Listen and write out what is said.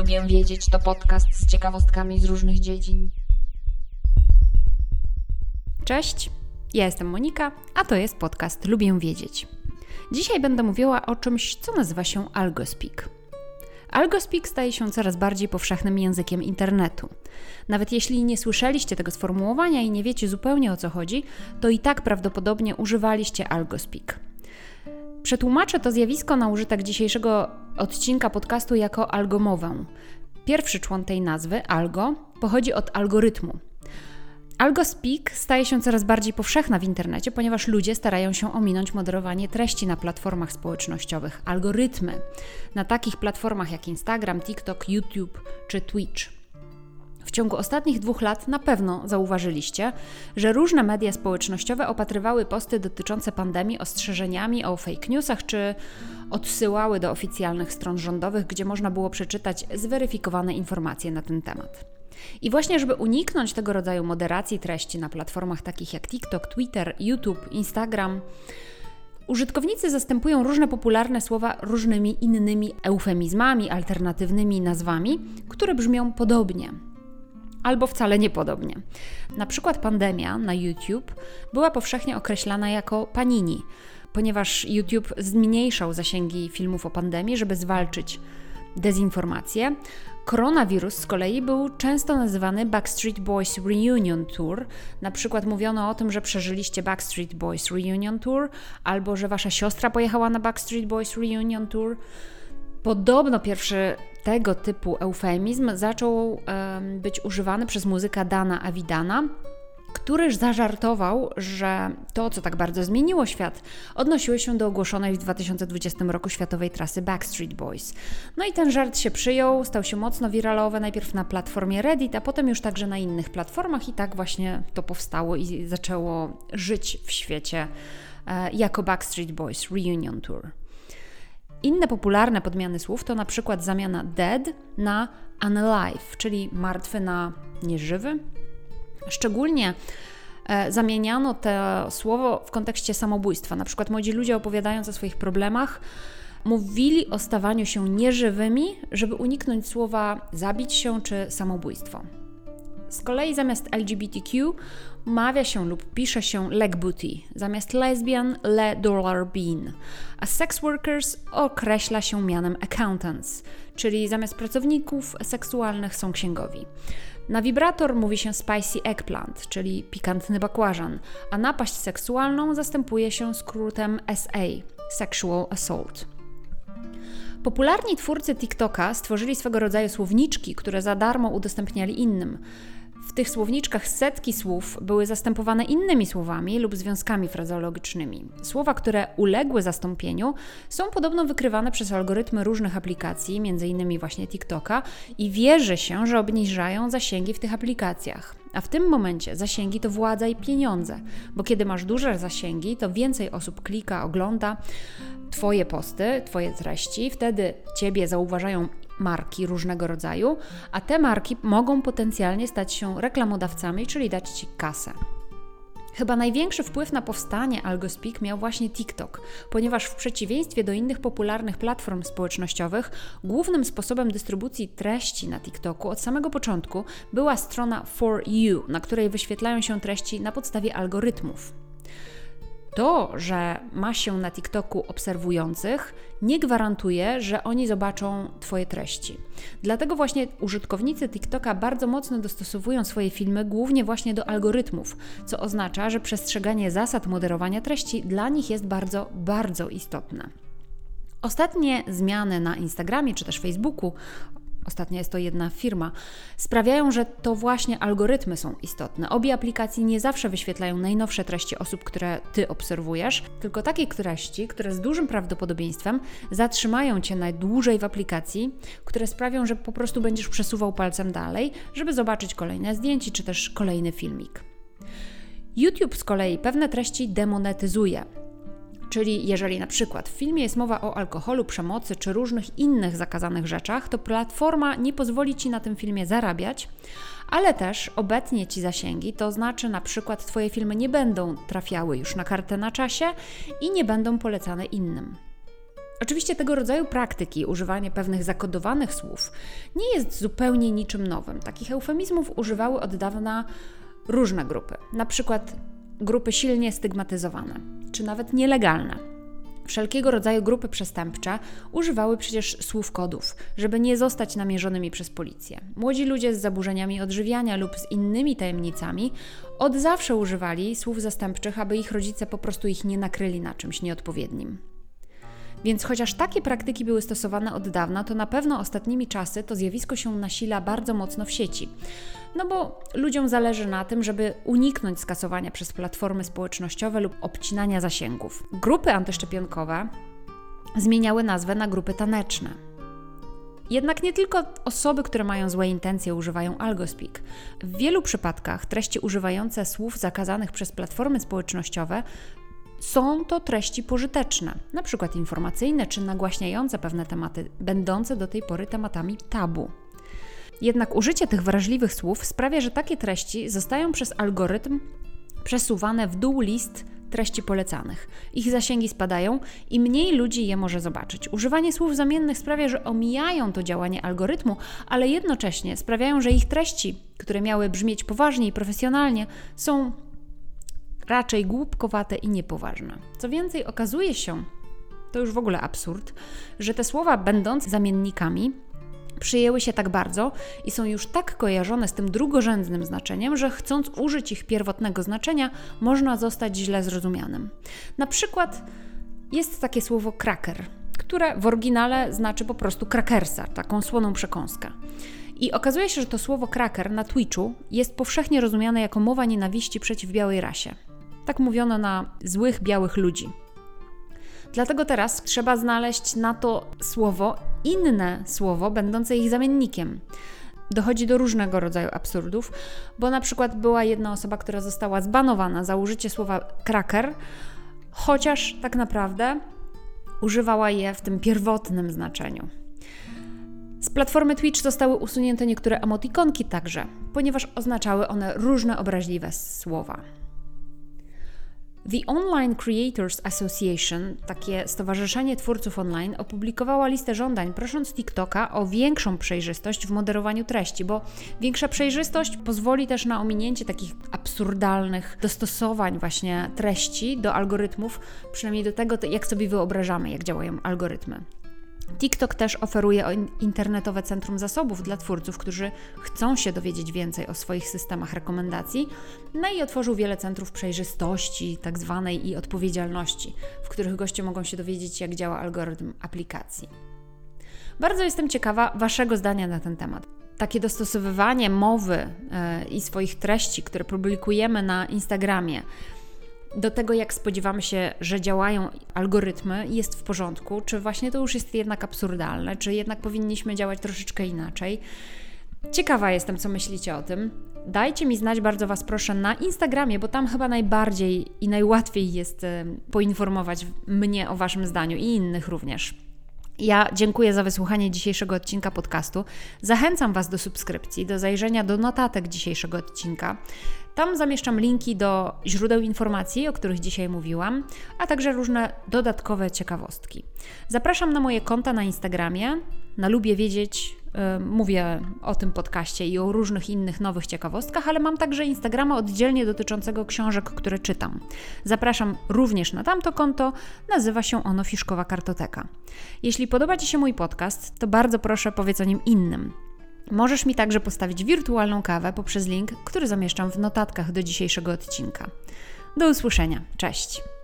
Lubię wiedzieć to podcast z ciekawostkami z różnych dziedzin. Cześć, ja jestem Monika, a to jest podcast Lubię wiedzieć. Dzisiaj będę mówiła o czymś, co nazywa się AlgoSpeak. AlgoSpeak staje się coraz bardziej powszechnym językiem internetu. Nawet jeśli nie słyszeliście tego sformułowania i nie wiecie zupełnie o co chodzi, to i tak prawdopodobnie używaliście AlgoSpeak. Przetłumaczę to zjawisko na użytek dzisiejszego odcinka podcastu jako algomowę. Pierwszy człon tej nazwy, algo, pochodzi od algorytmu. AlgoSpeak staje się coraz bardziej powszechna w internecie, ponieważ ludzie starają się ominąć moderowanie treści na platformach społecznościowych, algorytmy, na takich platformach jak Instagram, TikTok, YouTube czy Twitch. W ciągu ostatnich 2 lat na pewno zauważyliście, że różne media społecznościowe opatrywały posty dotyczące pandemii ostrzeżeniami o fake newsach, czy odsyłały do oficjalnych stron rządowych, gdzie można było przeczytać zweryfikowane informacje na ten temat. I właśnie, żeby uniknąć tego rodzaju moderacji treści na platformach takich jak TikTok, Twitter, YouTube, Instagram, użytkownicy zastępują różne popularne słowa różnymi innymi eufemizmami, alternatywnymi nazwami, które brzmią podobnie. Albo wcale niepodobnie. Na przykład pandemia na YouTube była powszechnie określana jako panini, ponieważ YouTube zmniejszał zasięgi filmów o pandemii, żeby zwalczyć dezinformację. Koronawirus z kolei był często nazywany Backstreet Boys Reunion Tour. Na przykład mówiono o tym, że przeżyliście Backstreet Boys Reunion Tour, albo że wasza siostra pojechała na Backstreet Boys Reunion Tour. Podobno pierwszy tego typu eufemizm zaczął być używany przez muzyka Dana Avidana, który zażartował, że to, co tak bardzo zmieniło świat, odnosiło się do ogłoszonej w 2020 roku światowej trasy Backstreet Boys. No i ten żart się przyjął, stał się mocno wiralowy, najpierw na platformie Reddit, a potem już także na innych platformach i tak właśnie to powstało i zaczęło żyć w świecie jako Backstreet Boys Reunion Tour. Inne popularne podmiany słów to na przykład zamiana dead na unalive, czyli martwy na nieżywy. Szczególnie zamieniano to słowo w kontekście samobójstwa. Na przykład młodzi ludzie, opowiadając o swoich problemach, mówili o stawaniu się nieżywymi, żeby uniknąć słowa zabić się czy samobójstwo. Z kolei zamiast LGBTQ mawia się lub pisze się leg booty, zamiast lesbian le dollar bean, a sex workers określa się mianem accountants, czyli zamiast pracowników seksualnych są księgowi. Na wibrator mówi się spicy eggplant, czyli pikantny bakłażan, a napaść seksualną zastępuje się skrótem SA, sexual assault. Popularni twórcy TikToka stworzyli swego rodzaju słowniczki, które za darmo udostępniali innym. W tych słowniczkach setki słów były zastępowane innymi słowami lub związkami frazeologicznymi. Słowa, które uległy zastąpieniu, są podobno wykrywane przez algorytmy różnych aplikacji, m.in. właśnie TikToka, i wierzy się, że obniżają zasięgi w tych aplikacjach. A w tym momencie zasięgi to władza i pieniądze, bo kiedy masz duże zasięgi, to więcej osób klika, ogląda Twoje posty, Twoje treści, wtedy Ciebie zauważają marki różnego rodzaju, a te marki mogą potencjalnie stać się reklamodawcami, czyli dać Ci kasę. Chyba największy wpływ na powstanie AlgoSpeak miał właśnie TikTok, ponieważ w przeciwieństwie do innych popularnych platform społecznościowych, głównym sposobem dystrybucji treści na TikToku od samego początku była strona For You, na której wyświetlają się treści na podstawie algorytmów. To, że ma się na TikToku obserwujących, nie gwarantuje, że oni zobaczą Twoje treści. Dlatego właśnie użytkownicy TikToka bardzo mocno dostosowują swoje filmy głównie właśnie do algorytmów, co oznacza, że przestrzeganie zasad moderowania treści dla nich jest bardzo, bardzo istotne. Ostatnie zmiany na Instagramie czy też Facebooku, ostatnia jest to jedna firma, sprawiają, że to właśnie algorytmy są istotne. Obie aplikacje nie zawsze wyświetlają najnowsze treści osób, które Ty obserwujesz, tylko takie treści, które z dużym prawdopodobieństwem zatrzymają Cię na dłużej w aplikacji, które sprawią, że po prostu będziesz przesuwał palcem dalej, żeby zobaczyć kolejne zdjęcie czy też kolejny filmik. YouTube z kolei pewne treści demonetyzuje. Czyli jeżeli na przykład w filmie jest mowa o alkoholu, przemocy czy różnych innych zakazanych rzeczach, to platforma nie pozwoli Ci na tym filmie zarabiać, ale też obetnie Ci zasięgi, to znaczy na przykład Twoje filmy nie będą trafiały już na kartę na czasie i nie będą polecane innym. Oczywiście tego rodzaju praktyki, używanie pewnych zakodowanych słów, nie jest zupełnie niczym nowym. Takich eufemizmów używały od dawna różne grupy, na przykład grupy silnie stygmatyzowane, czy nawet nielegalne. Wszelkiego rodzaju grupy przestępcze używały przecież słów kodów, żeby nie zostać namierzonymi przez policję. Młodzi ludzie z zaburzeniami odżywiania lub z innymi tajemnicami od zawsze używali słów zastępczych, aby ich rodzice po prostu ich nie nakryli na czymś nieodpowiednim. Więc chociaż takie praktyki były stosowane od dawna, to na pewno ostatnimi czasy to zjawisko się nasila bardzo mocno w sieci. No bo ludziom zależy na tym, żeby uniknąć skasowania przez platformy społecznościowe lub obcinania zasięgów. Grupy antyszczepionkowe zmieniały nazwę na grupy taneczne. Jednak nie tylko osoby, które mają złe intencje, używają AlgoSpeak. W wielu przypadkach treści używające słów zakazanych przez platformy społecznościowe są to treści pożyteczne, na przykład informacyjne czy nagłaśniające pewne tematy, będące do tej pory tematami tabu. Jednak użycie tych wrażliwych słów sprawia, że takie treści zostają przez algorytm przesuwane w dół list treści polecanych. Ich zasięgi spadają i mniej ludzi je może zobaczyć. Używanie słów zamiennych sprawia, że omijają to działanie algorytmu, ale jednocześnie sprawiają, że ich treści, które miały brzmieć poważnie i profesjonalnie, są raczej głupkowate i niepoważne. Co więcej, okazuje się, to już w ogóle absurd, że te słowa będące zamiennikami przyjęły się tak bardzo i są już tak kojarzone z tym drugorzędnym znaczeniem, że chcąc użyć ich pierwotnego znaczenia, można zostać źle zrozumianym. Na przykład jest takie słowo cracker, które w oryginale znaczy po prostu crackersa, taką słoną przekąskę. I okazuje się, że to słowo cracker na Twitchu jest powszechnie rozumiane jako mowa nienawiści przeciw białej rasie. Tak mówiono na złych białych ludzi. Dlatego teraz trzeba znaleźć na to słowo inne słowo, będące ich zamiennikiem. Dochodzi do różnego rodzaju absurdów, bo na przykład była jedna osoba, która została zbanowana za użycie słowa cracker, chociaż tak naprawdę używała je w tym pierwotnym znaczeniu. Z platformy Twitch zostały usunięte niektóre emotikonki także, ponieważ oznaczały one różne obraźliwe słowa. The Online Creators Association, takie stowarzyszenie twórców online, opublikowała listę żądań, prosząc TikToka o większą przejrzystość w moderowaniu treści, bo większa przejrzystość pozwoli też na ominięcie takich absurdalnych dostosowań właśnie treści do algorytmów, przynajmniej do tego, jak sobie wyobrażamy, jak działają algorytmy. TikTok też oferuje internetowe centrum zasobów dla twórców, którzy chcą się dowiedzieć więcej o swoich systemach rekomendacji, no i otworzył wiele centrów przejrzystości tak zwanej i odpowiedzialności, w których goście mogą się dowiedzieć, jak działa algorytm aplikacji. Bardzo jestem ciekawa Waszego zdania na ten temat. Takie dostosowywanie mowy i swoich treści, które publikujemy na Instagramie, do tego, jak spodziewamy się, że działają algorytmy, jest w porządku? Czy właśnie to już jest jednak absurdalne? Czy jednak powinniśmy działać troszeczkę inaczej? Ciekawa jestem, co myślicie o tym. Dajcie mi znać, bardzo Was proszę, na Instagramie, bo tam chyba najbardziej i najłatwiej jest poinformować mnie o Waszym zdaniu i innych również. Ja dziękuję za wysłuchanie dzisiejszego odcinka podcastu. Zachęcam Was do subskrypcji, do zajrzenia do notatek dzisiejszego odcinka. Tam zamieszczam linki do źródeł informacji, o których dzisiaj mówiłam, a także różne dodatkowe ciekawostki. Zapraszam na moje konta na Instagramie, na Lubię Wiedzieć. Mówię o tym podcaście i o różnych innych nowych ciekawostkach, ale mam także Instagrama oddzielnie dotyczącego książek, które czytam. Zapraszam również na tamto konto, nazywa się ono Fiszkowa Kartoteka. Jeśli podoba Ci się mój podcast, to bardzo proszę powiedz o nim innym. Możesz mi także postawić wirtualną kawę poprzez link, który zamieszczam w notatkach do dzisiejszego odcinka. Do usłyszenia. Cześć!